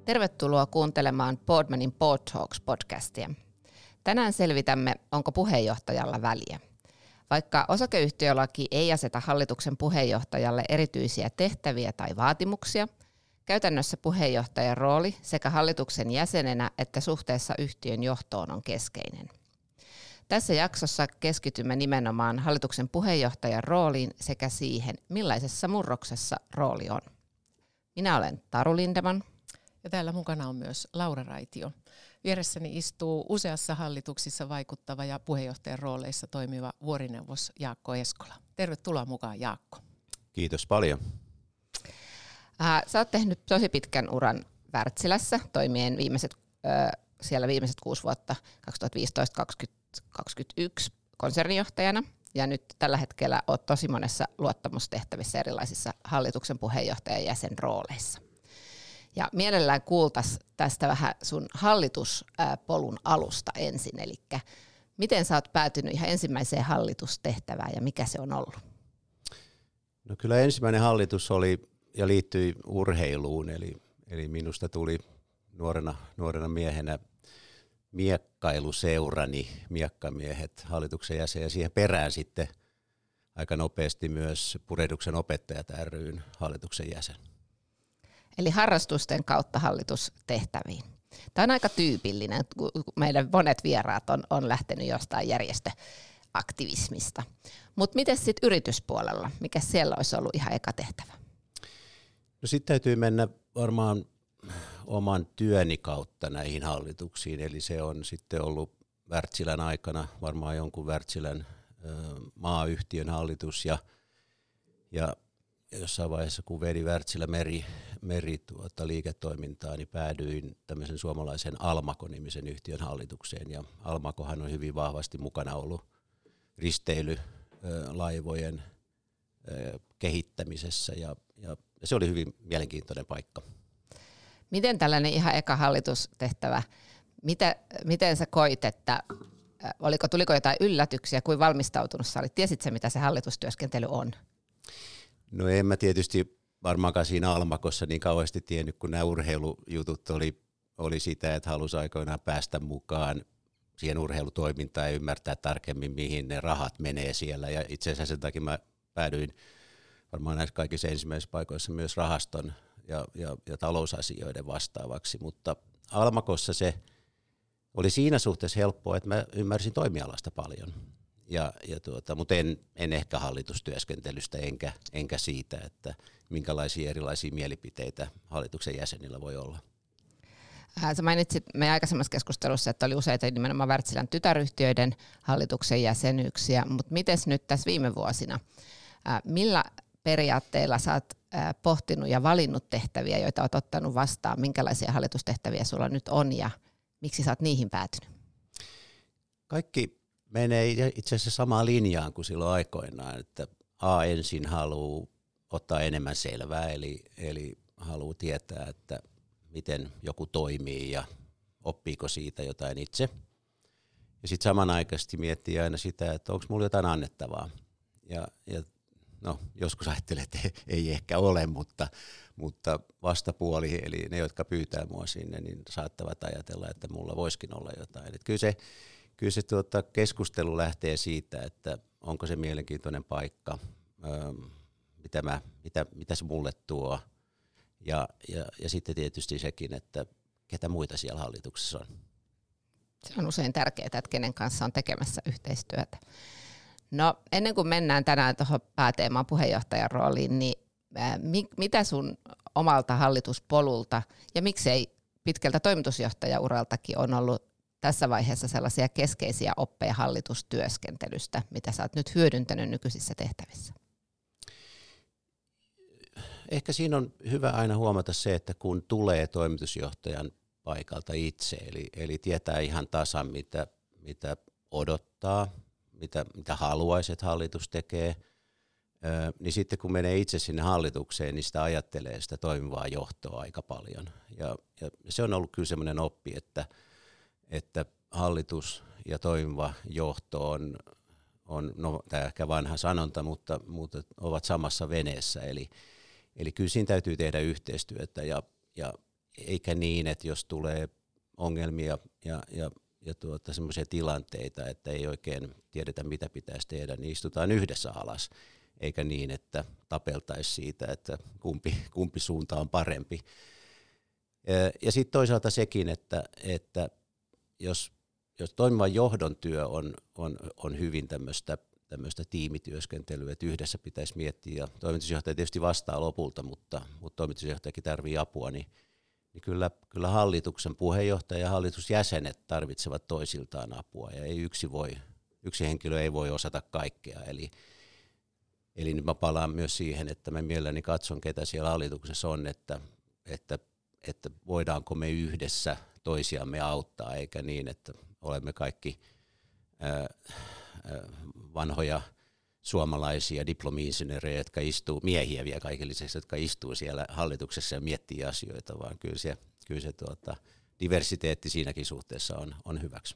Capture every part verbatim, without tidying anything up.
Tervetuloa kuuntelemaan Boardmanin Board Talks podcastia. Tänään selvitämme, onko puheenjohtajalla väliä. Vaikka osakeyhtiölaki ei aseta hallituksen puheenjohtajalle erityisiä tehtäviä tai vaatimuksia, käytännössä puheenjohtajan rooli sekä hallituksen jäsenenä että suhteessa yhtiön johtoon on keskeinen. Tässä jaksossa keskitymme nimenomaan hallituksen puheenjohtajan rooliin sekä siihen, millaisessa murroksessa rooli on. Minä olen Taru Lindeman. Ja täällä mukana on myös Laura Raitio. Vieressäni istuu useassa hallituksissa vaikuttava ja puheenjohtajan rooleissa toimiva vuorineuvos Jaakko Eskola. Tervetuloa mukaan, Jaakko. Kiitos paljon. Äh, sä oot tehnyt tosi pitkän uran Wärtsilässä, toimien viimeiset, äh, siellä viimeiset kuusi vuotta, kaksituhattaviisitoista kaksikymmentäyksi konsernijohtajana. Ja nyt tällä hetkellä oot tosi monessa luottamustehtävissä erilaisissa hallituksen puheenjohtajan jäsen rooleissa. Ja mielellään kuultaisiin tästä vähän sun hallituspolun alusta ensin, eli miten sä oot päätynyt ihan ensimmäiseen hallitustehtävään ja mikä se on ollut? No kyllä ensimmäinen hallitus oli ja liittyi urheiluun, eli, eli minusta tuli nuorena, nuorena miehenä miekkailuseurani, miekkamiehet, hallituksen jäsen ja siihen perään sitten aika nopeasti myös Purehduksen opettajat ry:n hallituksen jäsen. Eli harrastusten kautta hallitustehtäviin. Tämä on aika tyypillinen, kun meidän monet vieraat on, on lähtenyt jostain järjestöaktivismista. Mutta miten sitten yrityspuolella? Mikä siellä olisi ollut ihan eka tehtävä? No sitten täytyy mennä varmaan oman työni kautta näihin hallituksiin. Eli se on sitten ollut Wärtsilän aikana varmaan jonkun Wärtsilän ö, maayhtiön hallitus ja, ja jossain vaiheessa, kun vedin Wärtsilä meri, meri tuota, liiketoimintaa, niin päädyin tämmöisen suomalaisen Almako-nimisen yhtiön hallitukseen. Ja Almakohan on hyvin vahvasti mukana ollut risteilylaivojen kehittämisessä ja, ja se oli hyvin mielenkiintoinen paikka. Miten tällainen ihan eka hallitustehtävä, mitä, miten sä koit, että oliko, tuliko jotain yllätyksiä, kuin valmistautunut sä olit? Tiesitkö, mitä se hallitustyöskentely on? No en mä tietysti varmaankaan siinä Almakossa niin kauheasti tiennyt, kun nämä urheilujutut oli, oli sitä, että halusi aikoinaan päästä mukaan siihen urheilutoimintaan ja ymmärtää tarkemmin, mihin ne rahat menee siellä. Ja itse asiassa sen takia mä päädyin varmaan näissä kaikissa ensimmäisissä paikoissa myös rahaston ja, ja, ja talousasioiden vastaavaksi. Mutta Almakossa se oli siinä suhteessa helppoa, että mä ymmärsin toimialasta paljon. Ja, ja tuota, mutta en, en ehkä hallitustyöskentelystä enkä, enkä siitä, että minkälaisia erilaisia mielipiteitä hallituksen jäsenillä voi olla. Sä mainitsit meidän aikaisemmassa keskustelussa, että oli useita nimenomaan Wärtsilän tytäryhtiöiden hallituksen jäsenyyksiä, mutta miten nyt tässä viime vuosina, millä periaatteilla sä oot pohtinut ja valinnut tehtäviä, joita oot ottanut vastaan, minkälaisia hallitustehtäviä sulla nyt on ja miksi sä oot niihin päätynyt? Kaikki menee itse asiassa samaan linjaan kuin silloin aikoinaan, että A ensin haluaa ottaa enemmän selvää, eli, eli haluaa tietää, että miten joku toimii ja oppiiko siitä jotain itse. Ja sitten samanaikaisesti miettii aina sitä, että onko mulla jotain annettavaa. Ja, ja no, joskus ajattelee, että ei ehkä ole, mutta, mutta vastapuoli, eli ne, jotka pyytää mua sinne, niin saattavat ajatella, että mulla voisikin olla jotain. Et kyllä se Kyllä se tuota, keskustelu lähtee siitä, että onko se mielenkiintoinen paikka, öö, mitä, mä, mitä, mitä se mulle tuo. Ja, ja, ja sitten tietysti sekin, että ketä muita siellä hallituksessa on. Se on usein tärkeää, että kenen kanssa on tekemässä yhteistyötä. No ennen kuin mennään tänään tuohon pääteemaan puheenjohtajan rooliin, niin ää, mi, mitä sun omalta hallituspolulta ja miksei pitkältä toimitusjohtajauraltakin on ollut tässä vaiheessa sellaisia keskeisiä oppeja hallitustyöskentelystä, mitä sä oot nyt hyödyntänyt nykyisissä tehtävissä? Ehkä siinä on hyvä aina huomata se, että kun tulee toimitusjohtajan paikalta itse, eli, eli tietää ihan tasan, mitä, mitä odottaa, mitä, mitä haluaisi, että hallitus tekee, niin sitten kun menee itse sinne hallitukseen, niin sitä ajattelee sitä toimivaa johtoa aika paljon. Ja, ja se on ollut kyllä semmoinen oppi, että että hallitus ja toimiva johto on, on no, tämä ehkä vanha sanonta, mutta, mutta ovat samassa veneessä. Eli, eli kyllä siinä täytyy tehdä yhteistyötä ja, ja, eikä niin, että jos tulee ongelmia ja, ja, ja tuota, semmoisia tilanteita, että ei oikein tiedetä, mitä pitäisi tehdä, niin istutaan yhdessä alas, eikä niin, että tapeltaisiin siitä, että kumpi, kumpi suunta on parempi. Ja sitten toisaalta sekin, että, että jos, jos toimiva johdon työ on, on, on hyvin tämmöistä tämmöistä tiimityöskentelyä, että yhdessä pitäisi miettiä, ja toimitusjohtaja tietysti vastaa lopulta, mutta, mutta toimitusjohtajakin tarvitsee apua, niin, niin kyllä, kyllä hallituksen puheenjohtaja ja hallitusjäsenet tarvitsevat toisiltaan apua, ja ei yksi, voi, yksi henkilö ei voi osata kaikkea, eli, eli nyt mä palaan myös siihen, että mä mielelläni katson, ketä siellä hallituksessa on, että, että, että voidaanko me yhdessä toisiamme auttaa, eikä niin, että olemme kaikki ää, vanhoja suomalaisia diplomi-insinöörejä, jotka istuu, miehiä vielä kaiken lisäksi, jotka istuu siellä hallituksessa ja miettii asioita, vaan kyllä se, kyllä se tuota, diversiteetti siinäkin suhteessa on, on hyväksi.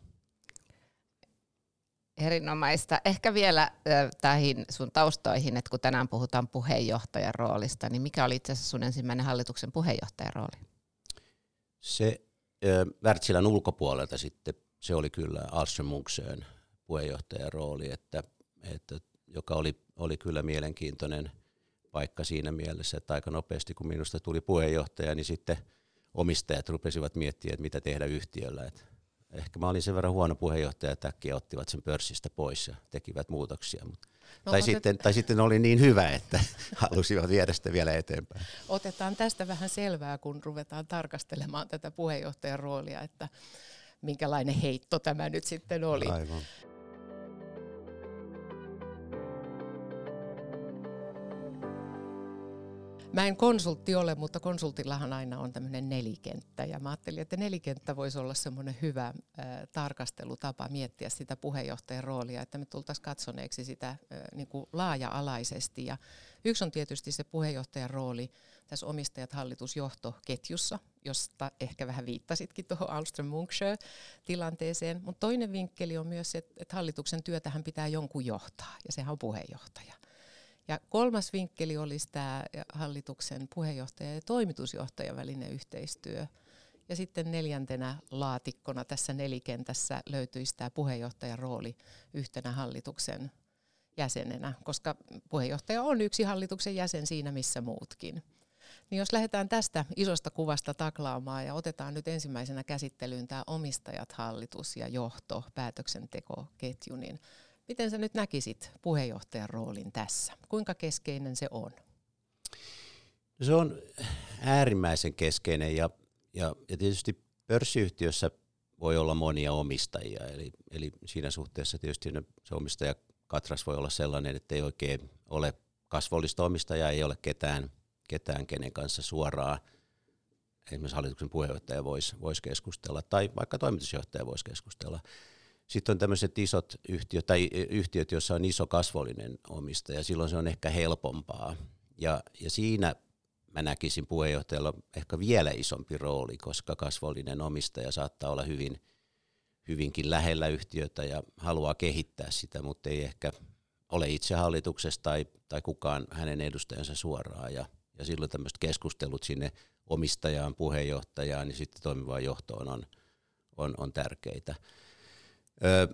Erinomaista. Ehkä vielä äh, tähän sun taustoihin, että kun tänään puhutaan puheenjohtajan roolista, niin mikä oli itse asiassa sun ensimmäinen hallituksen puheenjohtajan rooli? Se äh, Wärtsilän ulkopuolelta sitten, se oli kyllä Ahlström-Munksön puheenjohtajan rooli, että, että, joka oli, oli kyllä mielenkiintoinen paikka siinä mielessä, että aika nopeasti kun minusta tuli puheenjohtaja, niin sitten omistajat rupesivat miettimään, että mitä tehdä yhtiöllä. Että ehkä mä olin sen verran huono puheenjohtaja, että äkkiä ottivat sen pörssistä pois ja tekivät muutoksia. Mutta no, tai, otet... sitten, tai sitten oli niin hyvä, että halusivat viedä sitä vielä eteenpäin. Otetaan tästä vähän selvää, kun ruvetaan tarkastelemaan tätä puheenjohtajan roolia, että minkälainen heitto tämä nyt sitten oli. Aivan. Mä en konsultti ole, mutta konsultillahan aina on tämmöinen nelikenttä. Ja mä ajattelin, että nelikenttä voisi olla semmoinen hyvä äh, tarkastelutapa miettiä sitä puheenjohtajan roolia, että me tultaisiin katsoneeksi sitä äh, niin kuin laaja-alaisesti. Ja yksi on tietysti se puheenjohtajan rooli tässä omistajat-hallitusjohtoketjussa, josta ehkä vähän viittasitkin tuohon Ahlström-Munksjö-tilanteeseen. Mutta toinen vinkkeli on myös, että, että hallituksen työtähän pitää jonkun johtaa, ja sehän on puheenjohtaja. Ja kolmas vinkkeli olisi tämä hallituksen puheenjohtaja ja toimitusjohtajan välinen yhteistyö. Ja sitten neljäntenä laatikkona tässä nelikentässä löytyisi tämä puheenjohtajan rooli yhtenä hallituksen jäsenenä, koska puheenjohtaja on yksi hallituksen jäsen siinä missä muutkin. Niin jos lähdetään tästä isosta kuvasta taklaamaan ja otetaan nyt ensimmäisenä käsittelyyn tämä omistajat, hallitus ja johto, päätöksentekoketju, niin miten sä nyt näkisit puheenjohtajan roolin tässä? Kuinka keskeinen se on? Se on äärimmäisen keskeinen ja, ja, ja tietysti pörssiyhtiössä voi olla monia omistajia. Eli, eli siinä suhteessa tietysti se omistajakatras voi olla sellainen, että ei oikein ole kasvollista omistajaa, ei ole ketään, ketään kenen kanssa suoraan. Esimerkiksi hallituksen puheenjohtaja voisi vois keskustella tai vaikka toimitusjohtaja voisi keskustella. Sitten on tämmöiset isot yhtiöt, tai yhtiöt, joissa on iso kasvollinen omistaja, silloin se on ehkä helpompaa. Ja, ja siinä mä näkisin puheenjohtajalla ehkä vielä isompi rooli, koska kasvollinen omistaja saattaa olla hyvin, hyvinkin lähellä yhtiötä ja haluaa kehittää sitä, mutta ei ehkä ole itse hallituksessa tai, tai kukaan hänen edustajansa suoraan. Ja, ja silloin tämmöiset keskustelut sinne omistajaan, puheenjohtajaan ja sitten toimivaan johtoon on, on, on tärkeitä. Öö,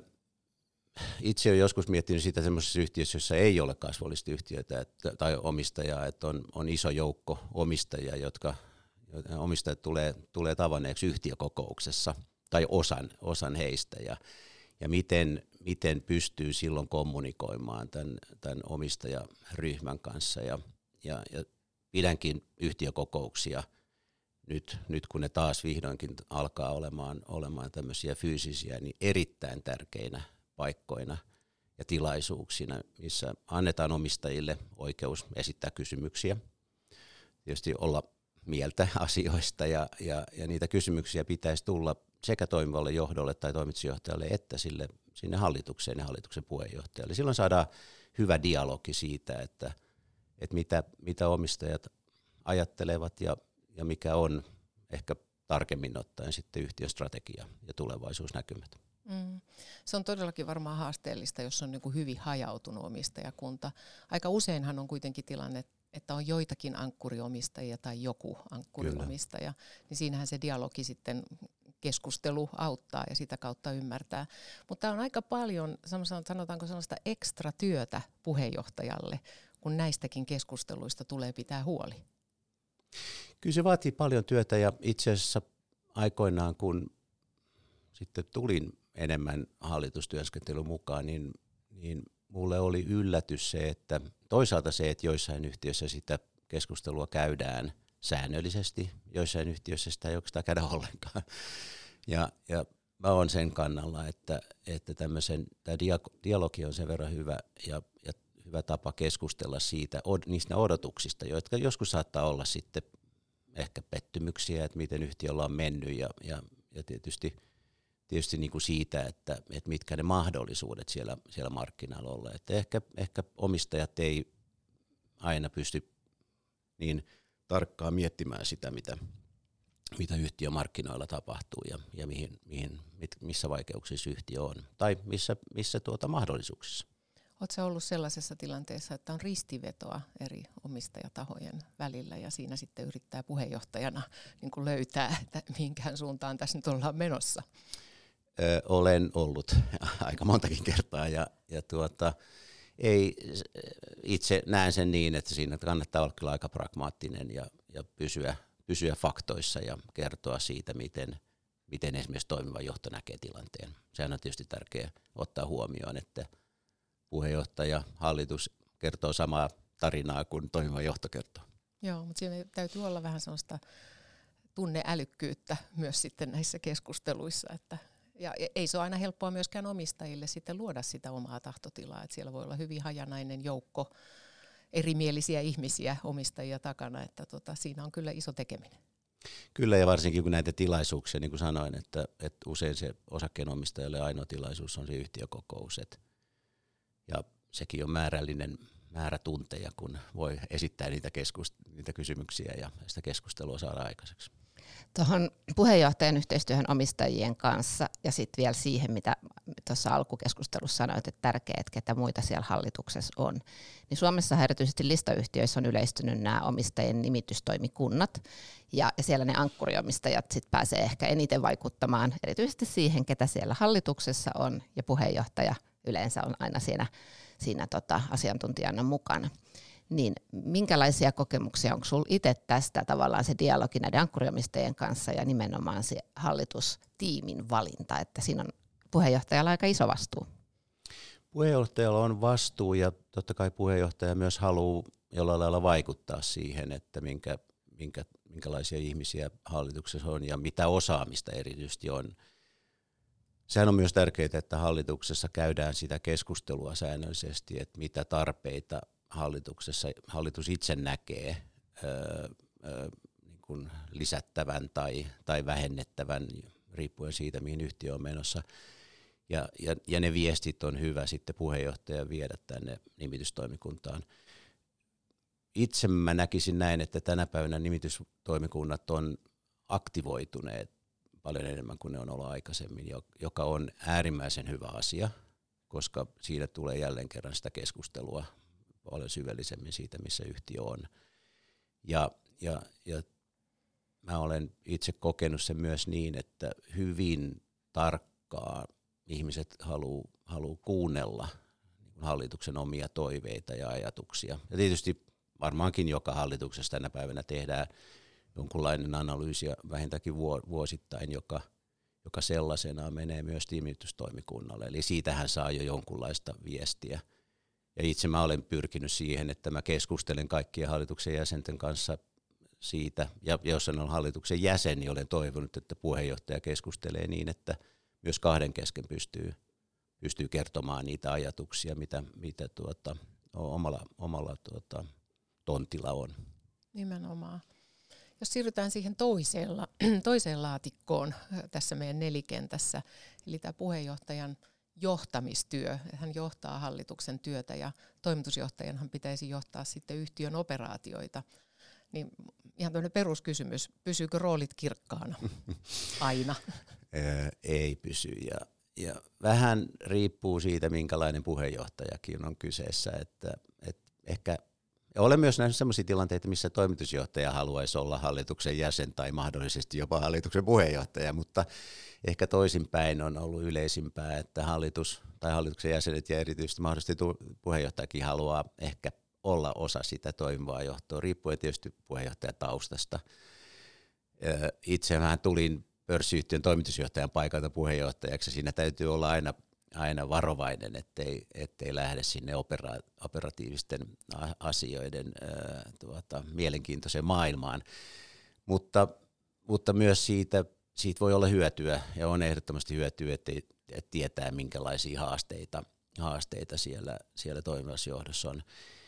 itse olen joskus miettinyt sitä semmoisessa yhtiössä, jossa ei ole kasvollista yhtiötä että, tai omistajaa, että on, on iso joukko omistajia, jotka omistajat tulee, tulee tavanneeksi yhtiökokouksessa tai osan, osan heistä ja, ja miten, miten pystyy silloin kommunikoimaan tämän, tämän omistajaryhmän kanssa ja, ja, ja pidänkin yhtiökokouksia Nyt, nyt kun ne taas vihdoinkin alkaa olemaan, olemaan tämmöisiä fyysisiä, niin erittäin tärkeinä paikkoina ja tilaisuuksina, missä annetaan omistajille oikeus esittää kysymyksiä, tietysti olla mieltä asioista ja, ja, ja niitä kysymyksiä pitäisi tulla sekä toimivalle johdolle tai toimitusjohtajalle että sille, sinne hallitukseen ja hallituksen puheenjohtajalle. Silloin saadaan hyvä dialogi siitä, että, että mitä, mitä omistajat ajattelevat ja ja mikä on ehkä tarkemmin ottaen sitten yhtiöstrategia ja tulevaisuusnäkymät. Mm. Se on todellakin varmaan haasteellista, jos on niin kuin hyvin hajautunut omistajakunta. Aika useinhan on kuitenkin tilanne, että on joitakin ankkuriomistajia tai joku ankkuriomistaja, Kyllä. niin siinähän se dialogi sitten, keskustelu auttaa ja sitä kautta ymmärtää. Mutta on aika paljon, sanotaanko sellaista ekstra työtä puheenjohtajalle, kun näistäkin keskusteluista tulee pitää huoli. Kyllä se vaatii paljon työtä ja itse asiassa aikoinaan, kun sitten tulin enemmän hallitustyöskentelyn mukaan, niin, niin mulle oli yllätys se, että toisaalta se, että joissain yhtiöissä sitä keskustelua käydään säännöllisesti, joissain yhtiöissä sitä ei oikeastaan käydä ollenkaan. Ja, ja mä oon sen kannalla, että, että tämmöisen, tämä dialogi on sen verran hyvä ja, ja hyvä tapa keskustella siitä, od, niistä odotuksista, jotka joskus saattaa olla sitten ehkä pettymyksiä, että miten yhtiöllä on mennyt ja, ja, ja tietysti, tietysti niin kuin siitä, että, että mitkä ne mahdollisuudet siellä, siellä markkinoilla olla. Että ehkä, ehkä omistajat ei aina pysty niin tarkkaan miettimään sitä, mitä, mitä yhtiömarkkinoilla tapahtuu ja, ja mihin, mihin, mit, missä vaikeuksissa yhtiö on tai missä, missä tuota mahdollisuuksissa. Oletko ollut sellaisessa tilanteessa, että on ristivetoa eri omistajatahojen välillä ja siinä sitten yrittää puheenjohtajana niin kuin löytää, että mihinkään suuntaan tässä nyt ollaan menossa? Ö, olen ollut aika montakin kertaa ja, ja tuota, ei, itse näen sen niin, että siinä kannattaa olla kyllä aika pragmaattinen ja, ja pysyä, pysyä faktoissa ja kertoa siitä, miten, miten esimerkiksi toimiva johto näkee tilanteen. Sehän on tietysti tärkeää ottaa huomioon, että puheenjohtaja, hallitus kertoo samaa tarinaa kuin toimiva johto kertoo. Joo, mutta siinä täytyy olla vähän sellaista tunneälykkyyttä myös sitten näissä keskusteluissa, että ja ei se ole aina helppoa myöskään omistajille sitten luoda sitä omaa tahtotilaa, että siellä voi olla hyvin hajanainen joukko erimielisiä ihmisiä omistajia takana, että tota, siinä on kyllä iso tekeminen. Kyllä, ja varsinkin kun näitä tilaisuuksia, niin kuin sanoin, että, että usein se osakkeenomistajalle ainoa tilaisuus on se yhtiökokous, että ja sekin on määrällinen määrä tunteja, kun voi esittää niitä, keskust- niitä kysymyksiä ja sitä keskustelua saada aikaiseksi. Tuohon puheenjohtajan yhteistyöhön omistajien kanssa ja sitten vielä siihen, mitä tuossa alkukeskustelussa sanoit, että tärkeää, että ketä muita siellä hallituksessa on. Niin Suomessa erityisesti listayhtiöissä on yleistynyt nämä omistajien nimitystoimikunnat ja siellä ne ankkuriomistajat sit pääsee ehkä eniten vaikuttamaan erityisesti siihen, ketä siellä hallituksessa on ja puheenjohtaja yleensä on aina siinä, siinä tota asiantuntijana mukana. Niin minkälaisia kokemuksia onko sinulla itse tästä tavallaan se dialogi näiden ankkuriomistajien kanssa ja nimenomaan se hallitustiimin valinta, että siinä on puheenjohtajalla aika iso vastuu? Puheenjohtajalla on vastuu ja totta kai puheenjohtaja myös haluaa jollain lailla vaikuttaa siihen, että minkä, minkä, minkälaisia ihmisiä hallituksessa on ja mitä osaamista erityisesti on. Sehän on myös tärkeää, että hallituksessa käydään sitä keskustelua säännöllisesti, että mitä tarpeita hallituksessa hallitus itse näkee öö, öö, niin kuin lisättävän tai, tai vähennettävän, riippuen siitä, mihin yhtiö on menossa. Ja, ja, ja ne viestit on hyvä sitten puheenjohtaja viedä tänne nimitystoimikuntaan. Itse mä näkisin näin, että tänä päivänä nimitystoimikunnat on aktivoituneet paljon enemmän kuin ne on ollut aikaisemmin, joka on äärimmäisen hyvä asia, koska siinä tulee jälleen kerran sitä keskustelua paljon syvällisemmin siitä, missä yhtiö on. Ja, ja, ja mä olen itse kokenut sen myös niin, että hyvin tarkkaan ihmiset haluaa haluu kuunnella hallituksen omia toiveita ja ajatuksia. Ja tietysti varmaankin joka hallituksessa tänä päivänä tehdään jonkunlainen analyysi vähintäänkin vuosittain, joka, joka sellaisenaan menee myös nimitystoimikunnalle. Eli siitähän saa jo jonkunlaista viestiä. Ja itse mä olen pyrkinyt siihen, että mä keskustelen kaikkien hallituksen jäsenten kanssa siitä, ja jos on hallituksen jäsen, niin olen toivonut, että puheenjohtaja keskustelee niin, että myös kahden kesken pystyy, pystyy kertomaan niitä ajatuksia, mitä, mitä tuota, omalla, omalla tuota, tontilla on. Nimenomaan. Jos siirrytään siihen toiseen, la- toiseen laatikkoon tässä meidän nelikentässä, eli tämä puheenjohtajan johtamistyö. Hän johtaa hallituksen työtä ja toimitusjohtajanhan pitäisi johtaa sitten yhtiön operaatioita. Niin ihan tämmöinen peruskysymys, pysyykö roolit kirkkaana aina? Ei pysy ja, ja vähän riippuu siitä, minkälainen puheenjohtajakin on kyseessä. Että, et ehkä, Ja olen myös nähnyt sellaisia tilanteita, missä toimitusjohtaja haluaisi olla hallituksen jäsen tai mahdollisesti jopa hallituksen puheenjohtaja, mutta ehkä toisinpäin on ollut yleisimpää, että hallitus tai hallituksen jäsenet ja erityisesti mahdollisesti puheenjohtajakin haluaa ehkä olla osa sitä toimivaa johtoa, riippuen tietysti puheenjohtajataustasta. Itse mä tulin pörssiyhtiön toimitusjohtajan paikalta puheenjohtajaksi, siinä täytyy olla aina, aina varovainen, ettei, ettei lähde sinne opera, operatiivisten asioiden ää, tuota, mielenkiintoiseen maailmaan, mutta, mutta myös siitä, siitä voi olla hyötyä ja on ehdottomasti hyötyä, että, että tietää minkälaisia haasteita, haasteita siellä, siellä toimivassa johdossa on.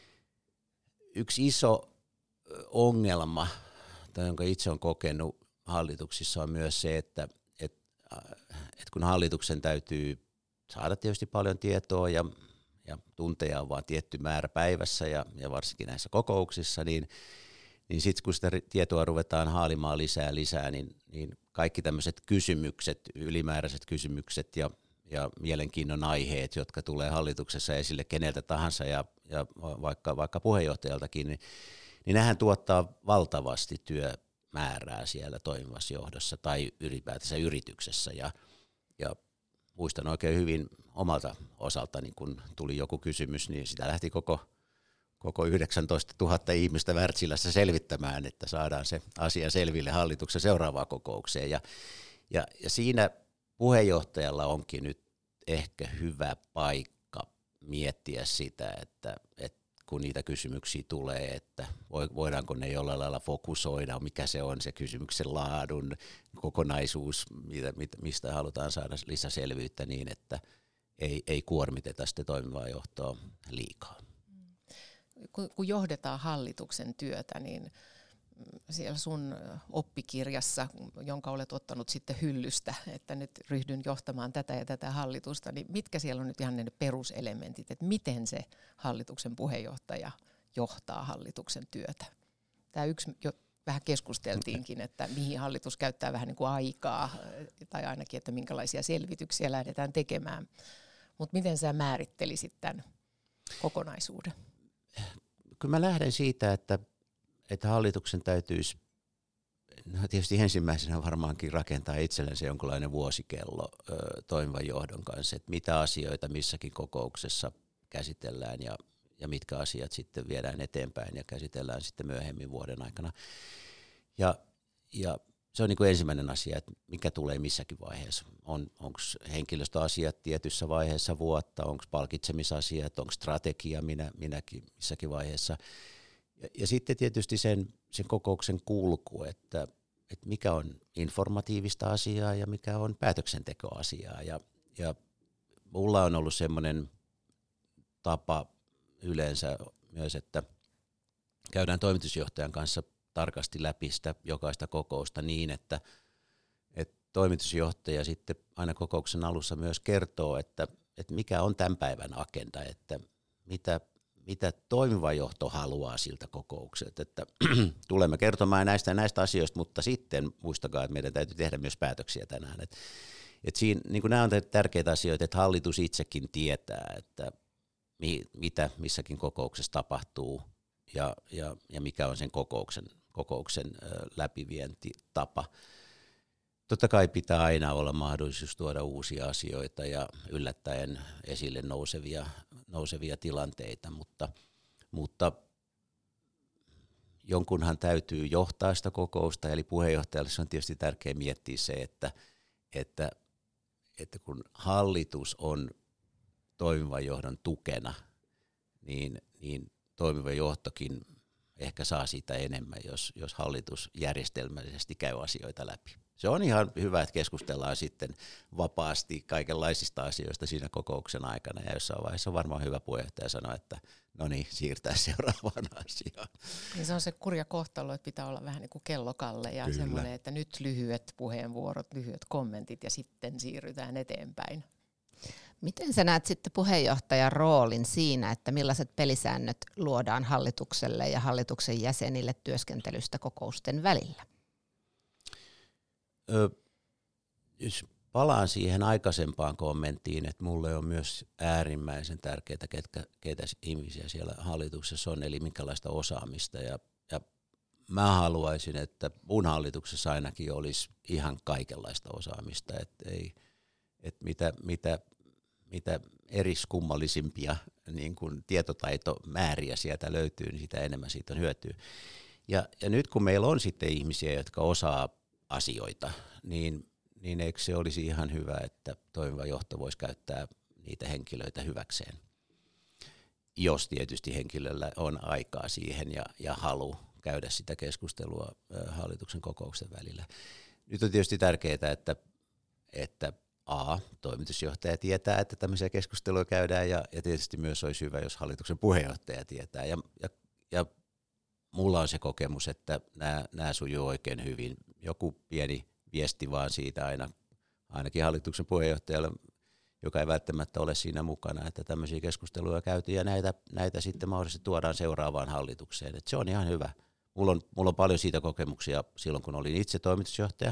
Yksi iso ongelma, tai jonka itse olen kokenut hallituksissa, on myös se, että, että, että kun hallituksen täytyy saada tietysti paljon tietoa ja, ja tunteja on vain tietty määrä päivässä ja, ja varsinkin näissä kokouksissa, niin, niin sitten kun sitä tietoa ruvetaan haalimaan lisää lisää, niin, niin kaikki tämmöiset kysymykset, ylimääräiset kysymykset ja, ja mielenkiinnon aiheet, jotka tulee hallituksessa esille keneltä tahansa ja, ja vaikka, vaikka puheenjohtajaltakin, niin, niin nämähän tuottaa valtavasti työmäärää siellä toimivassa johdossa tai ylipäätänsä yrityksessä. Ja, ja muistan oikein hyvin omalta osaltani, kun tuli joku kysymys, niin sitä lähti koko, koko yhdeksäntoistatuhatta ihmistä Wärtsilässä selvittämään, että saadaan se asia selville hallituksen seuraavaan kokoukseen. Ja, ja, ja siinä puheenjohtajalla onkin nyt ehkä hyvä paikka miettiä sitä, että, että kun niitä kysymyksiä tulee, että voidaanko ne jollain lailla fokusoida, mikä se on se kysymyksen laadun kokonaisuus, mistä halutaan saada lisäselvyyttä niin, että ei, ei kuormiteta sitä toimivaa johtoa liikaa. Kun johdetaan hallituksen työtä, niin siellä sun oppikirjassa, jonka olet ottanut sitten hyllystä, että nyt ryhdyn johtamaan tätä ja tätä hallitusta, niin mitkä siellä on nyt ihan ne peruselementit, että miten se hallituksen puheenjohtaja johtaa hallituksen työtä? Tämä yksi jo vähän keskusteltiinkin, että mihin hallitus käyttää vähän niin kuin aikaa, tai ainakin, että minkälaisia selvityksiä lähdetään tekemään. Mutta miten sä määrittelisit tämän kokonaisuuden? Kyllä mä lähden siitä, että että hallituksen täytyisi, no tietysti ensimmäisenä varmaankin rakentaa itsellensä jonkinlainen vuosikello ö, toimivan johdon kanssa, että mitä asioita missäkin kokouksessa käsitellään ja, ja mitkä asiat sitten viedään eteenpäin ja käsitellään sitten myöhemmin vuoden aikana. Ja, ja se on niin kuin ensimmäinen asia, että mikä tulee missäkin vaiheessa. On, onko henkilöstöasiat tietyssä vaiheessa vuotta, onko palkitsemisasiat, onko strategia minä, minäkin missäkin vaiheessa. Ja, ja sitten tietysti sen, sen kokouksen kulku, että, että mikä on informatiivista asiaa ja mikä on päätöksentekoasiaa. Ja, ja mulla on ollut semmoinen tapa yleensä myös, että käydään toimitusjohtajan kanssa tarkasti läpi sitä jokaista kokousta niin, että, että toimitusjohtaja sitten aina kokouksen alussa myös kertoo, että, että mikä on tämän päivän agenda, että mitä mitä toimiva johto haluaa siltä kokoukselta, että tulemme kertomaan näistä ja näistä asioista, mutta sitten muistakaa, että meidän täytyy tehdä myös päätöksiä tänään. Et, et siinä, niin nämä on tärkeitä asioita, että hallitus itsekin tietää, että mi, mitä missäkin kokouksessa tapahtuu ja, ja, ja mikä on sen kokouksen, kokouksen läpivientitapa. Totta kai pitää aina olla mahdollisuus tuoda uusia asioita ja yllättäen esille nousevia, nousevia tilanteita, mutta, mutta jonkunhan täytyy johtaa sitä kokousta, eli puheenjohtajalle se on tietysti tärkeää miettiä se, että, että, että kun hallitus on toimivan johdon tukena, niin, niin toimiva johtokin ehkä saa sitä enemmän, jos, jos hallitus järjestelmällisesti käy asioita läpi. Se on ihan hyvä, että keskustellaan sitten vapaasti kaikenlaisista asioista siinä kokouksen aikana, ja jossain vaiheessa on varmaan hyvä puheenjohtaja sanoa, että no niin, siirtää seuraavaan asiaan. Niin se on se kurja kohtalo, että pitää olla vähän niin kuin kellokalle ja Kyllä. semmoinen, että nyt lyhyet puheenvuorot, lyhyet kommentit ja sitten siirrytään eteenpäin. Miten sä näet sitten puheenjohtajan roolin siinä, että millaiset pelisäännöt luodaan hallitukselle ja hallituksen jäsenille työskentelystä kokousten välillä? Ö, jos palaan siihen aikaisempaan kommenttiin, että mulle on myös äärimmäisen tärkeää, ketkä, keitä ihmisiä siellä hallituksessa on, eli minkälaista osaamista. Ja, ja mä haluaisin, että mun hallituksessa ainakin olisi ihan kaikenlaista osaamista, että ei, että mitä, mitä, mitä eriskummallisimpia niin kuin tietotaitomääriä sieltä löytyy, niin sitä enemmän siitä on hyötyä. Ja, ja nyt kun meillä on sitten ihmisiä, jotka osaa asioita, niin niin eikö se olisi ihan hyvä, että toimiva johto voisi käyttää niitä henkilöitä hyväkseen, jos tietysti henkilöllä on aikaa siihen ja, ja halu käydä sitä keskustelua hallituksen kokouksen välillä. Nyt on tietysti tärkeää, että, että A, toimitusjohtaja tietää, että tämmöisiä keskusteluja käydään, ja, ja tietysti myös olisi hyvä, jos hallituksen puheenjohtaja tietää. Ja, ja, ja mulla on se kokemus, että nämä, nämä sujuu oikein hyvin. Joku pieni viesti vaan siitä aina, ainakin hallituksen puheenjohtajalle, joka ei välttämättä ole siinä mukana, että tämmöisiä keskusteluja käytiin ja näitä, näitä sitten mahdollisesti tuodaan seuraavaan hallitukseen. Et se on ihan hyvä. Mulla on, mulla on paljon siitä kokemuksia silloin, kun olin itse toimitusjohtaja.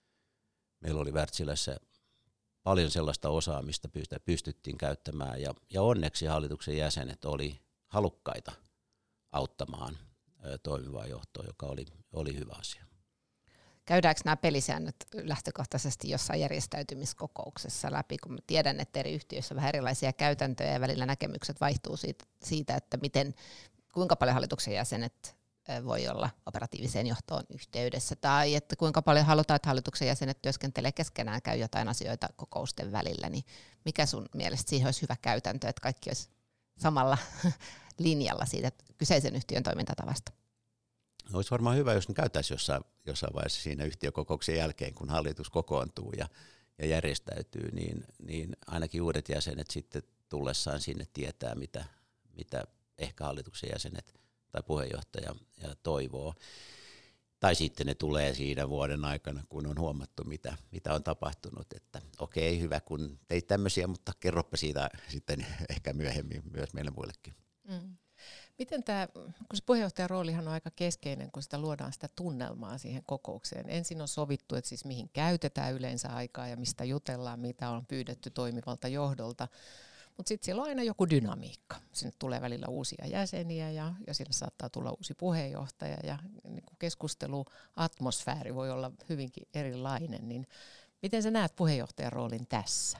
Meillä oli Wärtsilässä paljon sellaista osaamista, pystyttiin käyttämään ja, ja onneksi hallituksen jäsenet oli halukkaita auttamaan toimivaa johtoa, joka oli, oli hyvä asia. Käydäänkö nämä pelisäännöt lähtökohtaisesti jossain järjestäytymiskokouksessa läpi, kun tiedän, että eri yhtiöissä on vähän erilaisia käytäntöjä ja välillä näkemykset vaihtuu siitä, siitä että miten, kuinka paljon hallituksen jäsenet voi olla operatiiviseen johtoon yhteydessä, tai että kuinka paljon halutaan, että hallituksen jäsenet työskentelee keskenään, käy jotain asioita kokousten välillä, niin mikä sun mielestä siihen olisi hyvä käytäntö, että kaikki olisi samalla linjalla siitä kyseisen yhtiön toimintatavasta? Olisi varmaan hyvä, jos ne käytäisiin jossain, jossain vaiheessa siinä yhtiökokouksen jälkeen, kun hallitus kokoontuu ja, ja järjestäytyy, niin, niin ainakin uudet jäsenet sitten tullessaan sinne tietää, mitä, mitä ehkä hallituksen jäsenet tai puheenjohtaja ja toivoo. Tai sitten ne tulee siinä vuoden aikana, kun on huomattu, mitä, mitä on tapahtunut, että okei, hyvä kun teit tämmöisiä, mutta kerropa siitä sitten ehkä myöhemmin myös meille muillekin. Mm. Miten tämä, kun se puheenjohtajan roolihan on aika keskeinen, kun sitä luodaan sitä tunnelmaa siihen kokoukseen. Ensin on sovittu, että siis mihin käytetään yleensä aikaa ja mistä jutellaan, mitä on pyydetty toimivalta johdolta. Mutta sitten siellä on aina joku dynamiikka. Sinne tulee välillä uusia jäseniä ja, ja sinne saattaa tulla uusi puheenjohtaja ja niin kun keskusteluatmosfääri voi olla hyvinkin erilainen. Niin miten sä näet puheenjohtajan roolin tässä?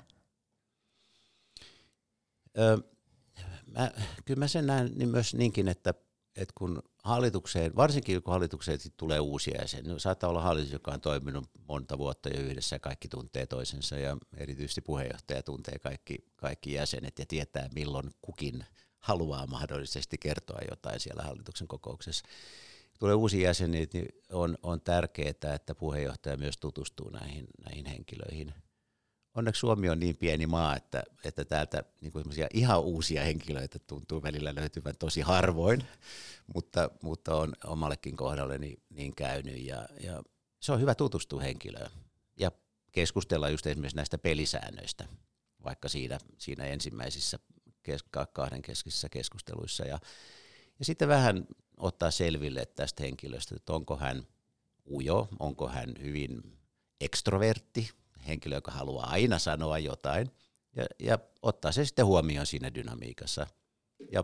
Ö, mä, kyllä mä sen näen niin myös niinkin, että, että kun hallitukseen, varsinkin kun hallitukseen tulee uusia jäseniä, saattaa olla hallitus, joka on toiminut monta vuotta jo yhdessä ja kaikki tuntee toisensa ja erityisesti puheenjohtaja tuntee kaikki, kaikki jäsenet ja tietää milloin kukin haluaa mahdollisesti kertoa jotain siellä hallituksen kokouksessa. Kun tulee uusia jäseniä, niin on, on tärkeää, että puheenjohtaja myös tutustuu näihin, näihin henkilöihin. Onneksi Suomi on niin pieni maa, että, että täältä niin kuin ihan uusia henkilöitä tuntuu välillä löytyvän tosi harvoin, mutta, mutta on omallekin kohdalle niin, niin käynyt. Ja, ja se on hyvä tutustua henkilöön ja keskustella just esimerkiksi näistä pelisäännöistä, vaikka siinä, siinä ensimmäisissä kes, kahden keskisissä keskusteluissa. Ja, ja sitten vähän ottaa selville tästä henkilöstä, että onko hän ujo, onko hän hyvin ekstrovertti, henkilö, joka haluaa aina sanoa jotain, ja, ja ottaa se sitten huomioon siinä dynamiikassa. Ja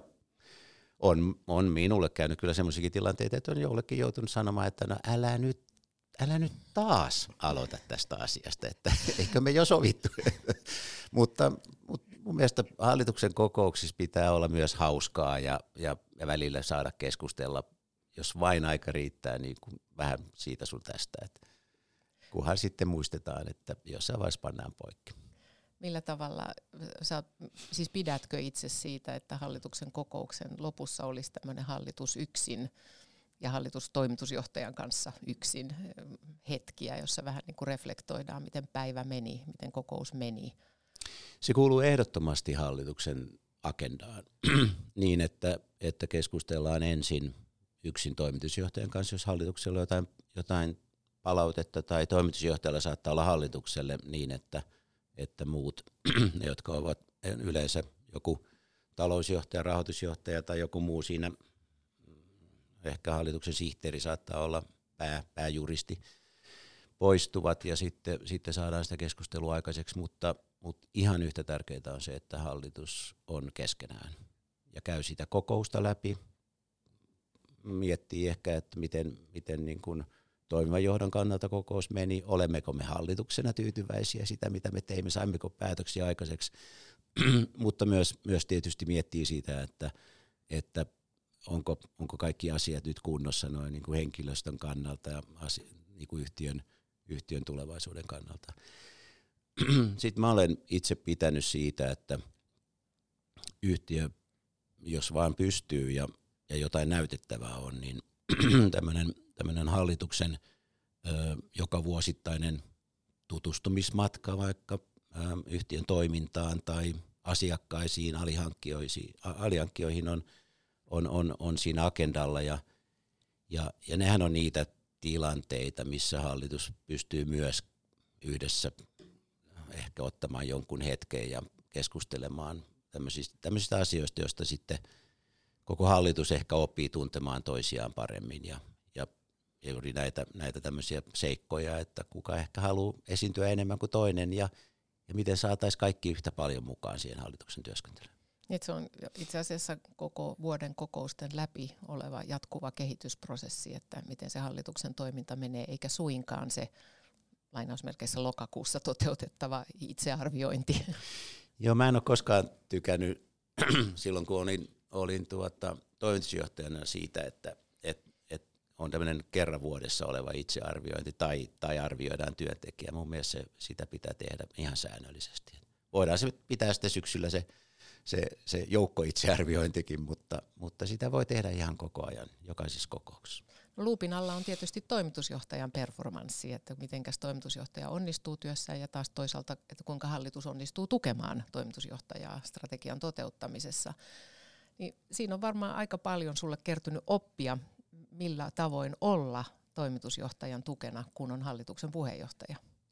on, on minulle käynyt kyllä semmoisiakin tilanteita, että on jollekin joutunut sanomaan, että no älä nyt, älä nyt taas aloita tästä asiasta, että eikö me jo sovittu. mutta, mutta mun mielestä hallituksen kokouksissa pitää olla myös hauskaa ja, ja, ja välillä saada keskustella, jos vain aika riittää, niin kuin vähän siitä sun tästä, että kunhan sitten muistetaan, että jossain vaiheessa pannaan poikki. Millä tavalla, sä, siis pidätkö itse siitä, että hallituksen kokouksen lopussa olisi tämmöinen hallitus yksin ja hallitus toimitusjohtajan kanssa yksin hetkiä, jossa vähän niin kuin reflektoidaan, miten päivä meni, miten kokous meni? Se kuuluu ehdottomasti hallituksen agendaan niin, että, että keskustellaan ensin yksin toimitusjohtajan kanssa, jos hallituksella on jotain, jotain palautetta tai toimitusjohtajalla saattaa olla hallitukselle niin, että, että muut, ne jotka ovat yleensä joku talousjohtaja, rahoitusjohtaja tai joku muu siinä, ehkä hallituksen sihteeri saattaa olla pää, pääjuristi, poistuvat ja sitten, sitten saadaan sitä keskustelua aikaiseksi, mutta, mutta ihan yhtä tärkeää on se, että hallitus on keskenään ja käy sitä kokousta läpi, miettii ehkä, että miten, miten niin kuin toimivan johdon kannalta kokous meni, olemmeko me hallituksena tyytyväisiä sitä, mitä me teimme, saimmeko päätöksiä aikaiseksi, mutta myös, myös tietysti miettii siitä, että, että onko, onko kaikki asiat nyt kunnossa noin niin kuin henkilöstön kannalta ja asia, niin kuin yhtiön, yhtiön tulevaisuuden kannalta. Sitten mä olen itse pitänyt siitä, että yhtiö, jos vaan pystyy ja, ja jotain näytettävää on, niin tämmöinen tämmöinen hallituksen ö, joka vuosittainen tutustumismatka vaikka ö, yhtiön toimintaan tai asiakkaisiin, alihankkijoihin, alihankkijoihin on, on, on, on siinä agendalla ja, ja, ja nehän on niitä tilanteita, missä hallitus pystyy myös yhdessä ehkä ottamaan jonkun hetken ja keskustelemaan tämmöisistä, tämmöisistä asioista, joista sitten koko hallitus ehkä oppii tuntemaan toisiaan paremmin ja, ja, ja juuri näitä, näitä tämmöisiä seikkoja, että kuka ehkä haluaa esiintyä enemmän kuin toinen ja, ja miten saataisiin kaikki yhtä paljon mukaan siihen hallituksen työskentelyyn. Se on itse asiassa koko vuoden kokousten läpi oleva jatkuva kehitysprosessi, että miten se hallituksen toiminta menee, eikä suinkaan se lainausmerkeissä lokakuussa toteutettava itsearviointi. Joo, mä en ole koskaan tykännyt silloin, kun olin, olin tuota, toimitusjohtajana siitä, että et, et on tämmöinen kerran vuodessa oleva itsearviointi tai, tai arvioidaan työntekijä. Mun mielestä se, sitä pitää tehdä ihan säännöllisesti. Voidaan se pitää sitten syksyllä se, se, se joukko itsearviointikin, mutta, mutta sitä voi tehdä ihan koko ajan, jokaisessa kokouksessa. Luupin alla on tietysti toimitusjohtajan performanssi, että mitenkäs toimitusjohtaja onnistuu työssään ja taas toisaalta, että kuinka hallitus onnistuu tukemaan toimitusjohtajaa strategian toteuttamisessa. Niin siinä on varmaan aika paljon sulle kertynyt oppia, millä tavoin olla toimitusjohtajan tukena, kun on hallituksen puheenjohtaja.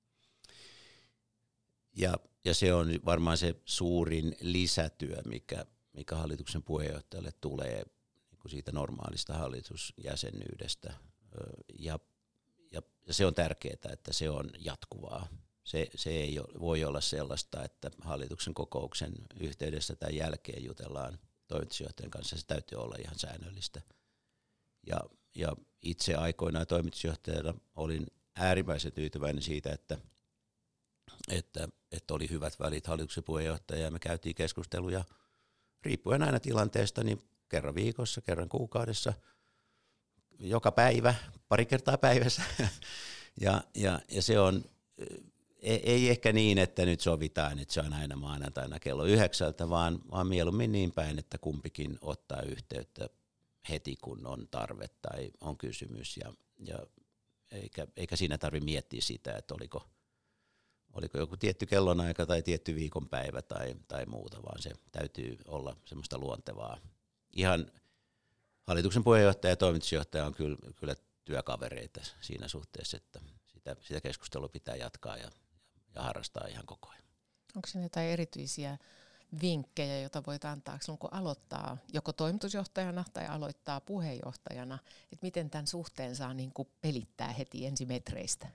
Ja, ja se on varmaan se suurin lisätyö, mikä, mikä hallituksen puheenjohtajalle tulee siitä normaalista hallitusjäsenyydestä. Ja, ja, ja se on tärkeää, että se on jatkuvaa. Se, se ei ole, voi olla sellaista, että hallituksen kokouksen yhteydessä tai jälkeen jutellaan toimitusjohtajan kanssa. Se täytyy olla ihan säännöllistä. Ja, ja itse aikoinaan toimitusjohtajana olin äärimmäisen tyytyväinen siitä, että, että, että oli hyvät välit hallituksen puheenjohtaja ja me käytiin keskusteluja riippuen aina tilanteesta, niin kerran viikossa, kerran kuukaudessa, joka päivä, pari kertaa päivässä. ja, ja, ja se on, ei ehkä niin, että nyt sovitaan, että se on aina maanantaina kello yhdeksältä, vaan, vaan mieluummin niin päin, että kumpikin ottaa yhteyttä heti, kun on tarve tai on kysymys. Ja, ja eikä, eikä siinä tarvitse miettiä sitä, että oliko, oliko joku tietty kellonaika tai tietty viikonpäivä tai, tai muuta, vaan se täytyy olla semmoista luontevaa. Ihan hallituksen puheenjohtaja ja toimitusjohtaja on kyllä, kyllä työkavereita siinä suhteessa, että sitä, sitä keskustelua pitää jatkaa ja, ja harrastaa ihan koko ajan. Onko siinä jotain erityisiä vinkkejä, joita voit antaa silloin, kun aloittaa joko toimitusjohtajana tai aloittaa puheenjohtajana, että miten tämän suhteen saa niin kuin pelittää heti ensimetreistä?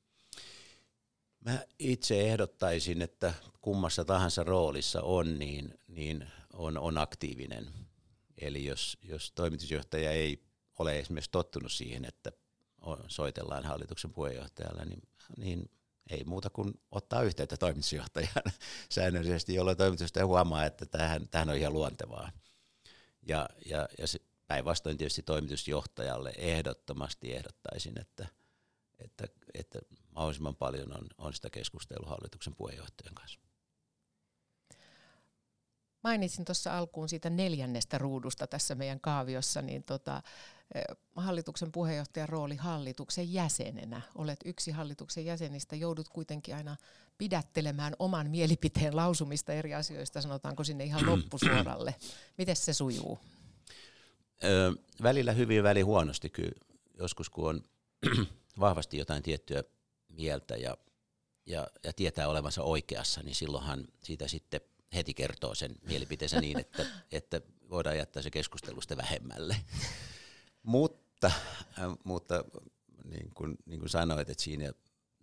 Mä itse ehdottaisin, että kummassa tahansa roolissa on, niin, niin on, on aktiivinen. Eli jos, jos toimitusjohtaja ei ole esimerkiksi tottunut siihen, että soitellaan hallituksen puheenjohtajalle, niin, niin ei muuta kuin ottaa yhteyttä toimitusjohtajaan säännöllisesti, jolloin toimitusjohtaja huomaa, että tämähän, tämähän on ihan luontevaa. Ja, ja, ja päinvastoin tietysti toimitusjohtajalle ehdottomasti ehdottaisin, että, että, että mahdollisimman paljon on, on sitä keskustelua hallituksen puheenjohtajan kanssa. Mainitsin tuossa alkuun siitä neljännestä ruudusta tässä meidän kaaviossa, niin tota, hallituksen puheenjohtajan rooli hallituksen jäsenenä. Olet yksi hallituksen jäsenistä, joudut kuitenkin aina pidättelemään oman mielipiteen lausumista eri asioista, sanotaanko sinne ihan loppusuoralle. Miten se sujuu? Öö, välillä hyvin, välillä huonosti. Kyllä joskus kun on vahvasti jotain tiettyä mieltä ja, ja, ja tietää olevansa oikeassa, niin silloinhan siitä sitten heti kertoo sen mielipiteensä niin, että, että voidaan jättää se keskustelusta vähemmälle. mutta, äh, mutta niin kuin, niin kuin sanoit, että siinä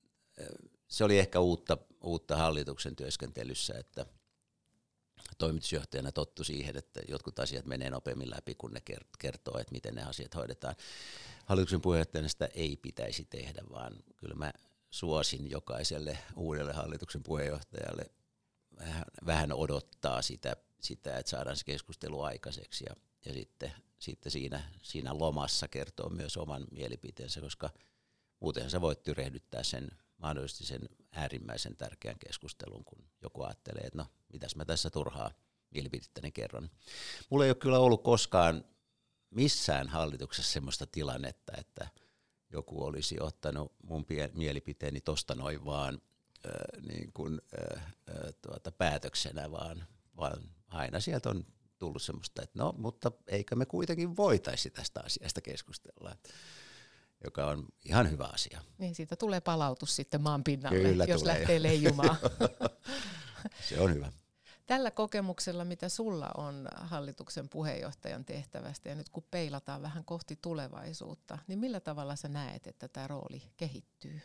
se oli ehkä uutta, uutta hallituksen työskentelyssä, että toimitusjohtajana tottu siihen, että jotkut asiat menee nopeammin läpi, kun ne kertoo, että miten ne asiat hoidetaan. Hallituksen puheenjohtajana sitä ei pitäisi tehdä, vaan kyllä mä suosin jokaiselle uudelle hallituksen puheenjohtajalle vähän, vähän odottaa sitä, sitä, että saadaan se keskustelu aikaiseksi ja, ja sitten, sitten siinä, siinä lomassa kertoo myös oman mielipiteensä, koska muuten sä voit tyrehdyttää sen mahdollisesti sen äärimmäisen tärkeän keskustelun, kun joku ajattelee, että no, mitäs mä tässä turhaa mielipidettäni kerron. Mulla ei ole kyllä ollut koskaan missään hallituksessa semmoista tilannetta, että joku olisi ottanut mun mielipiteeni tosta noin vaan äh, niin kuin, äh, äh, tuota, päätöksenä, vaan, vaan aina sieltä on tullut semmoista, että no, mutta eikö me kuitenkin voitaisi tästä asiasta keskustella, joka on ihan hyvä asia. Niin, siitä tulee palautus sitten maan pinnalle, Kyllä jos tulee. lähtee leijumaan. Se on hyvä. Tällä kokemuksella, mitä sulla on hallituksen puheenjohtajan tehtävästä, ja nyt kun peilataan vähän kohti tulevaisuutta, niin millä tavalla sä näet, että tämä rooli kehittyy?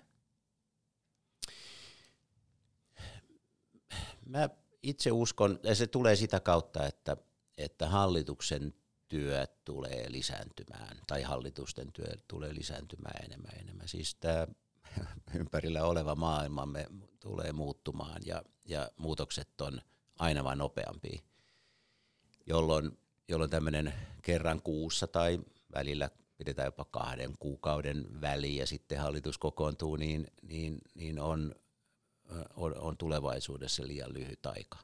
Mä itse uskon, ja se tulee sitä kautta, että, että hallituksen työ tulee lisääntymään, tai hallitusten työ tulee lisääntymään enemmän ja enemmän. Siis tämä ympärillä oleva maailmamme tulee muuttumaan, ja, ja muutokset on aina vaan nopeampia, jolloin, jolloin tämmöinen kerran kuussa tai välillä pidetään jopa kahden kuukauden väliin ja sitten hallitus kokoontuu, niin, niin, niin on, on, on tulevaisuudessa liian lyhyt aika.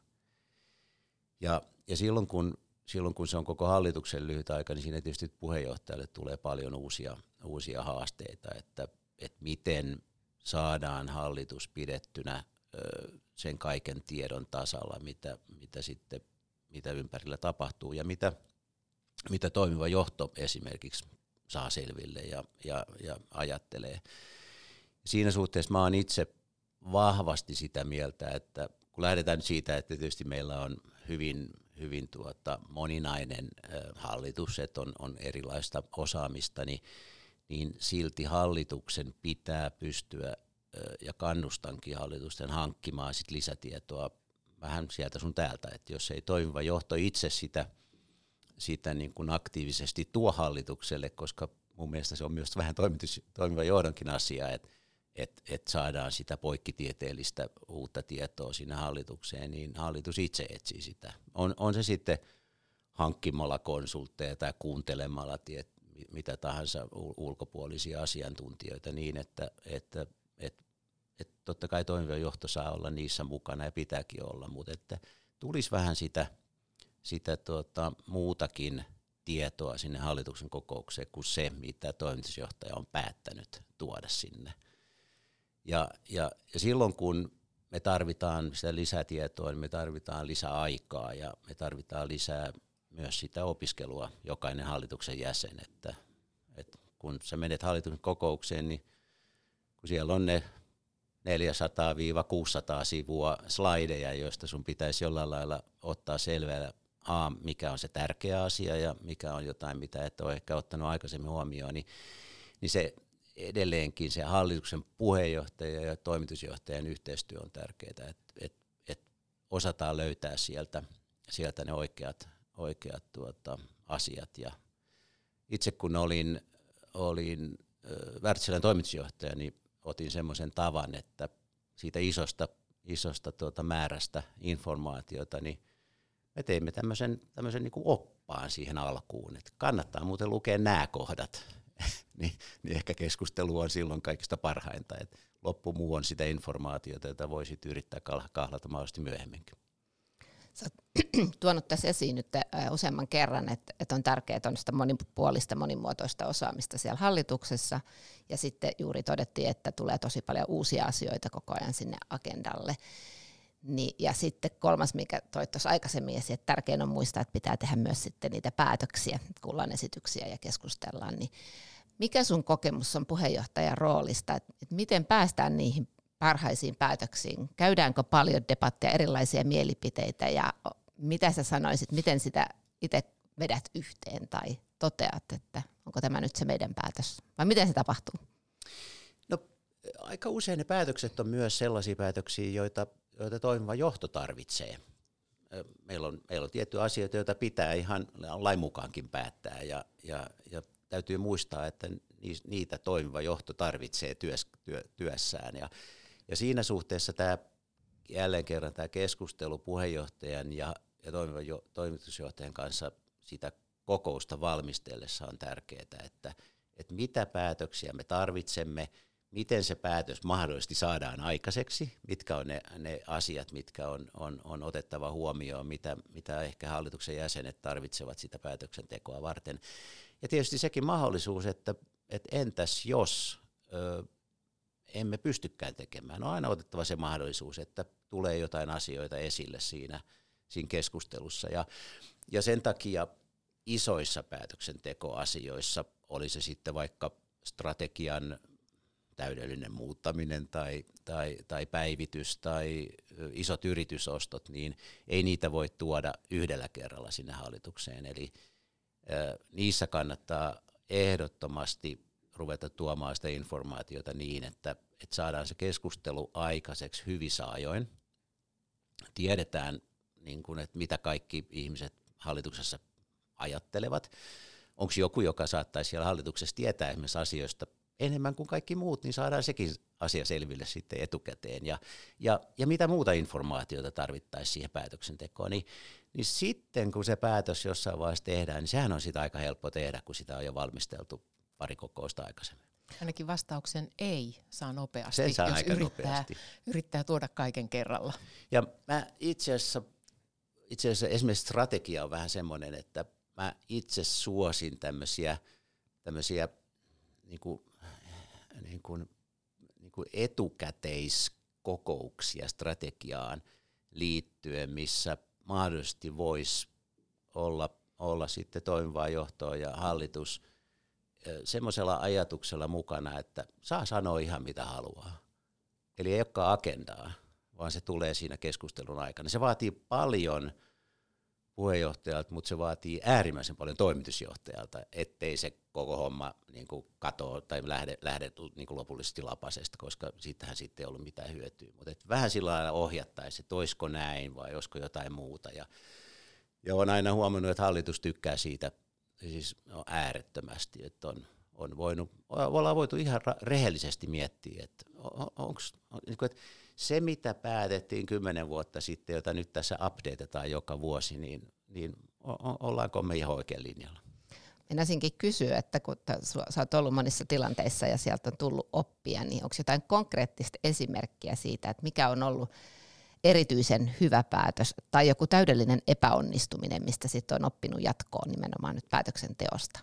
Ja, ja silloin, kun, silloin kun se on koko hallituksen lyhyt aika, niin siinä tietysti puheenjohtajalle tulee paljon uusia, uusia haasteita, että, että miten saadaan hallitus pidettynä sen kaiken tiedon tasalla, mitä, mitä, sitten, mitä ympärillä tapahtuu ja mitä, mitä toimiva johto esimerkiksi saa selville ja, ja, ja ajattelee. Siinä suhteessa mä oon itse vahvasti sitä mieltä, että kun lähdetään nyt siitä, että tietysti meillä on hyvin, hyvin tuota moninainen äh, hallitus, että on, on erilaista osaamista, niin, niin silti hallituksen pitää pystyä ja kannustankin hallitusten hankkimaan sit lisätietoa vähän sieltä sun täältä, että jos ei toimiva johto itse sitä, sitä niin kuin aktiivisesti tuo hallitukselle, koska mun mielestä se on myös vähän toimitus, toimiva johdonkin asia, että et, et saadaan sitä poikkitieteellistä uutta tietoa sinne hallitukseen, niin hallitus itse etsii sitä. On, on se sitten hankkimalla konsultteja tai kuuntelemalla tiet, mitä tahansa ulkopuolisia asiantuntijoita niin, että, että että et totta kai toimiva johto saa olla niissä mukana ja pitääkin olla, mutta että tulisi vähän sitä, sitä tuota, muutakin tietoa sinne hallituksen kokoukseen kuin se, mitä toimitusjohtaja on päättänyt tuoda sinne. Ja, ja, ja silloin kun me tarvitaan sitä lisätietoa, niin me tarvitaan lisää aikaa ja me tarvitaan lisää myös sitä opiskelua jokainen hallituksen jäsen, että, että kun sä menet hallituksen kokoukseen, niin kun siellä on ne neljäsataa kuusisataa sivua slideja, joista sun pitäisi jollain lailla ottaa selvää, a, mikä on se tärkeä asia ja mikä on jotain, mitä et ole ehkä ottanut aikaisemmin huomioon, niin, niin se edelleenkin se hallituksen puheenjohtaja ja toimitusjohtajan yhteistyö on tärkeää, että et, et osataan löytää sieltä, sieltä ne oikeat, oikeat tuota, asiat. Ja itse kun olin, olin Wärtsilän toimitusjohtaja, niin otin semmoisen tavan, että siitä isosta, isosta tuota määrästä informaatiota, niin me teimme tämmöisen, tämmöisen niin kuin oppaan siihen alkuun, että kannattaa muuten lukea nämä kohdat, niin, niin ehkä keskustelu on silloin kaikista parhainta, että loppu muu on sitä informaatiota, jota voisit yrittää kahlata mahdollisesti myöhemminkin. Sä oot tuonut tässä esiin nyt useamman kerran, että, että on tärkeää, että on sitä monipuolista, monimuotoista osaamista siellä hallituksessa, ja sitten juuri todettiin, että tulee tosi paljon uusia asioita koko ajan sinne agendalle. Niin, ja sitten kolmas, mikä toi tuossa aikaisemmin esiin, että tärkein on muistaa, että pitää tehdä myös sitten niitä päätöksiä, kuullaan esityksiä ja keskustellaan, niin mikä sun kokemus on puheenjohtajan roolista, että, että miten päästään niihin parhaisiin päätöksiin? Käydäänkö paljon debatteja, erilaisia mielipiteitä ja mitä sä sanoisit, miten sitä itse vedät yhteen tai toteat, että onko tämä nyt se meidän päätös vai miten se tapahtuu? No aika usein ne päätökset on myös sellaisia päätöksiä, joita, joita toimiva johto tarvitsee. Meillä on, meillä on tiettyjä asioita, joita pitää ihan lain mukaankin päättää, ja, ja, ja täytyy muistaa, että niitä toimiva johto tarvitsee työs, työ, työssään. Ja, ja siinä suhteessa tämä, jälleen kerran tämä keskustelu puheenjohtajan ja, ja toimivan jo, toimitusjohtajan kanssa sitä kokousta valmistellessa on tärkeää, että, että mitä päätöksiä me tarvitsemme, miten se päätös mahdollisesti saadaan aikaiseksi, mitkä on ne, ne asiat, mitkä on, on, on otettava huomioon, mitä, mitä ehkä hallituksen jäsenet tarvitsevat sitä päätöksentekoa varten. Ja tietysti sekin mahdollisuus, että, että entäs jos ö, emme pystykään tekemään, on aina otettava se mahdollisuus, että tulee jotain asioita esille siinä, siinä keskustelussa. Ja, ja sen takia isoissa päätöksentekoasioissa, oli se sitten vaikka strategian täydellinen muuttaminen tai, tai, tai päivitys tai isot yritysostot, niin ei niitä voi tuoda yhdellä kerralla sinne hallitukseen. Eli äh, niissä kannattaa ehdottomasti ruveta tuomaan sitä informaatiota niin, että, että saadaan se keskustelu aikaiseksi hyvissä ajoin. Tiedetään, niin kun, että mitä kaikki ihmiset hallituksessa ajattelevat. Onko joku, joka saattaisi siellä hallituksessa tietää esimerkiksi asioista enemmän kuin kaikki muut, niin saadaan sekin asia selville sitten etukäteen. Ja, ja, ja mitä muuta informaatiota tarvittaisiin siihen päätöksentekoon, niin, niin sitten kun se päätös jossain vaiheessa tehdään, niin sehän on sitä aika helppo tehdä, kun sitä on jo valmisteltu pari kokousta aikaisemmin. Ainakin vastauksen ei saa nopeasti, se saa jos aika yrittää, nopeasti. yrittää tuoda kaiken kerralla. Ja mä itse asiassa, itse asiassa esimerkiksi strategia on vähän semmoinen, että mä itse suosin tämmöisiä, tämmöisiä niin kuin, niin kuin, niin kuin etukäteiskokouksia strategiaan liittyen, missä mahdollisesti voisi olla, olla sitten toimivaa johtoa ja hallitus semmoisella ajatuksella mukana, että saa sanoa ihan mitä haluaa. Eli ei olekaan agendaa, vaan se tulee siinä keskustelun aikana. Se vaatii paljon puheenjohtajalta, mutta se vaatii äärimmäisen paljon toimitusjohtajalta, ettei se koko homma niin kuin katoa tai lähde, lähde niin kuin lopullisesti lapasesta, koska siitähän sitten ei ollut mitään hyötyä. Mutta vähän sillä lailla ohjattaisiin, että olisiko näin vai olisiko jotain muuta. Ja, ja olen aina huomannut, että hallitus tykkää siitä siis no, äärettömästi, että on, on voinut, ollaan voitu ihan rehellisesti miettiä, että on, onko niin kuin, että se, mitä päätettiin kymmenen vuotta sitten, jota nyt tässä updatetaan joka vuosi, niin, niin ollaanko me ihan oikein linjalla? Minäisinkin kysyä, että kun sä oot ollut monissa tilanteissa ja sieltä on tullut oppia, niin onko jotain konkreettista esimerkkiä siitä, että mikä on ollut erityisen hyvä päätös tai joku täydellinen epäonnistuminen, mistä sitten on oppinut jatkoon nimenomaan nyt päätöksenteosta?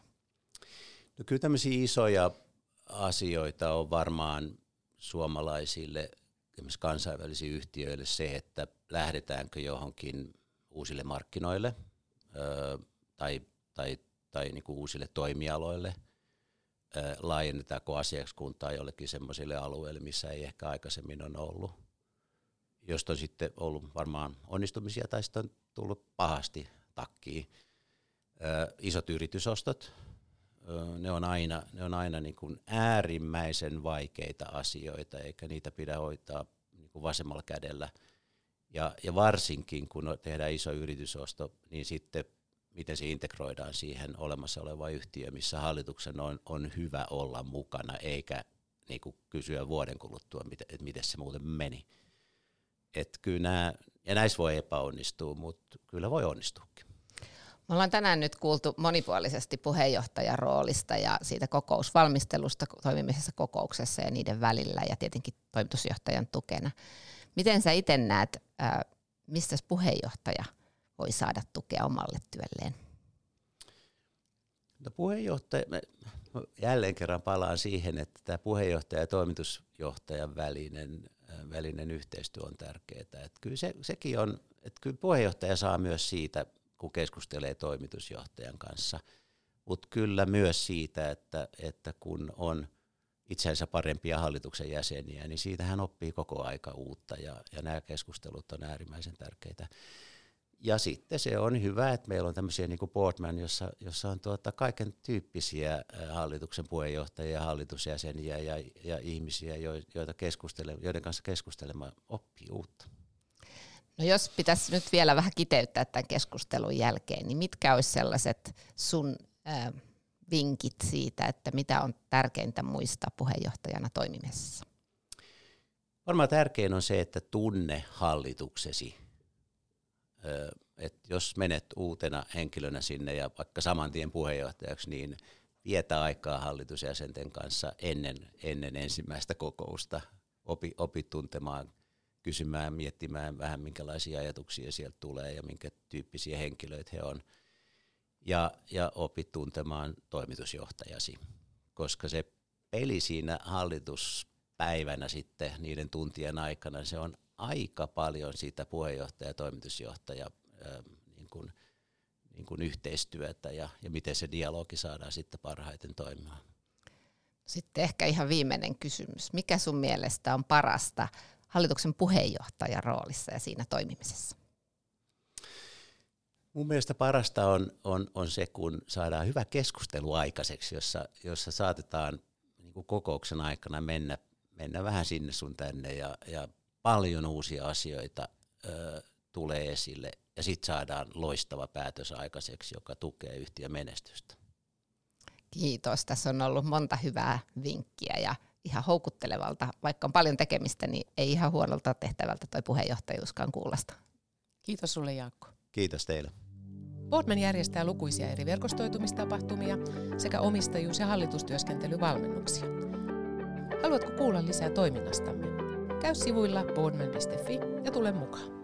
No kyllä tämmöisiä isoja asioita on varmaan suomalaisille kansainvälisille yhtiöille se, että lähdetäänkö johonkin uusille markkinoille öö, tai, tai, tai niin kuin uusille toimialoille, öö, laajennetaanko asiakaskuntaa jollekin semmoisille alueille, missä ei ehkä aikaisemmin on ollut, josta on sitten ollut varmaan onnistumisia tai sitten on tullut pahasti takkiin. Öö, isot yritysostot, öö, ne on aina, ne on aina niin kuin äärimmäisen vaikeita asioita, eikä niitä pidä hoitaa niin kuin vasemmalla kädellä. Ja, ja varsinkin kun tehdään iso yritysosto, niin sitten miten se integroidaan siihen olemassa olevaan yhtiöön, missä hallituksen on, on hyvä olla mukana, eikä niin kuin kysyä vuoden kuluttua, että miten se muuten meni. Et kyllä nämä, ja näissä voi epäonnistua, mutta kyllä voi onnistuakin. Me ollaan tänään nyt kuultu monipuolisesti puheenjohtajan roolista ja siitä kokousvalmistelusta toimimisessa kokouksessa ja niiden välillä ja tietenkin toimitusjohtajan tukena. Miten sä itse näet, mistä puheenjohtaja voi saada tukea omalle työlleen? No puheenjohtaja, jälleen kerran palaan siihen, että tämä puheenjohtaja ja toimitusjohtajan välinen, välinen yhteistyö on tärkeää. Että kyllä se, sekin on, että kyllä puheenjohtaja saa myös siitä, kun keskustelee toimitusjohtajan kanssa, mutta kyllä myös siitä, että, että kun on itsensä parempia hallituksen jäseniä, niin siitä hän oppii koko aika uutta ja, ja nämä keskustelut on äärimmäisen tärkeitä. Ja sitten se on hyvä, että meillä on tämmöisiä niin kuin boardman, jossa, jossa on tuota kaiken tyyppisiä hallituksen puheenjohtajia ja hallitusjäseniä ja, ja ihmisiä, joita joiden kanssa keskustelemaan oppii uutta. No jos pitäisi nyt vielä vähän kiteyttää tämän keskustelun jälkeen, niin mitkä olisi sellaiset sun äh, vinkit siitä, että mitä on tärkeintä muistaa puheenjohtajana toimimisessa? Varmaan tärkein on se, että tunne hallituksesi. Et jos menet uutena henkilönä sinne ja vaikka saman tien puheenjohtajaksi, niin vietä aikaa hallitusjäsenten kanssa ennen, ennen ensimmäistä kokousta. Opi, opi tuntemaan, kysymään, miettimään vähän minkälaisia ajatuksia sieltä tulee ja minkä tyyppisiä henkilöitä he on. Ja, ja opi tuntemaan toimitusjohtajasi, koska se peli siinä hallituspäivänä sitten niiden tuntien aikana, se on aika paljon siitä puheenjohtaja- ja toimitusjohtaja ää, niin kuin, niin kuin yhteistyötä ja, ja miten se dialogi saadaan sitten parhaiten toimimaan. Sitten ehkä ihan viimeinen kysymys. Mikä sun mielestä on parasta hallituksen puheenjohtajan roolissa ja siinä toimimisessa? Mun mielestä parasta on, on, on se, kun saadaan hyvä keskustelu aikaiseksi, jossa, jossa saatetaan niin kuin kokouksen aikana mennä, mennä vähän sinne sun tänne ja, ja paljon uusia asioita ö, tulee esille ja sitten saadaan loistava päätös aikaiseksi, joka tukee yhtiön menestystä. Kiitos. Tässä on ollut monta hyvää vinkkiä ja ihan houkuttelevalta, vaikka on paljon tekemistä, niin ei ihan huonolta tehtävältä toi puheenjohtajuuskaan kuulosta. Kiitos sulle, Jaakko. Kiitos teille. Boardman järjestää lukuisia eri verkostoitumistapahtumia sekä omistajuus- ja hallitustyöskentelyvalmennuksia. Haluatko kuulla lisää toiminnastamme? Käy sivuilla boardman piste fi ja tule mukaan.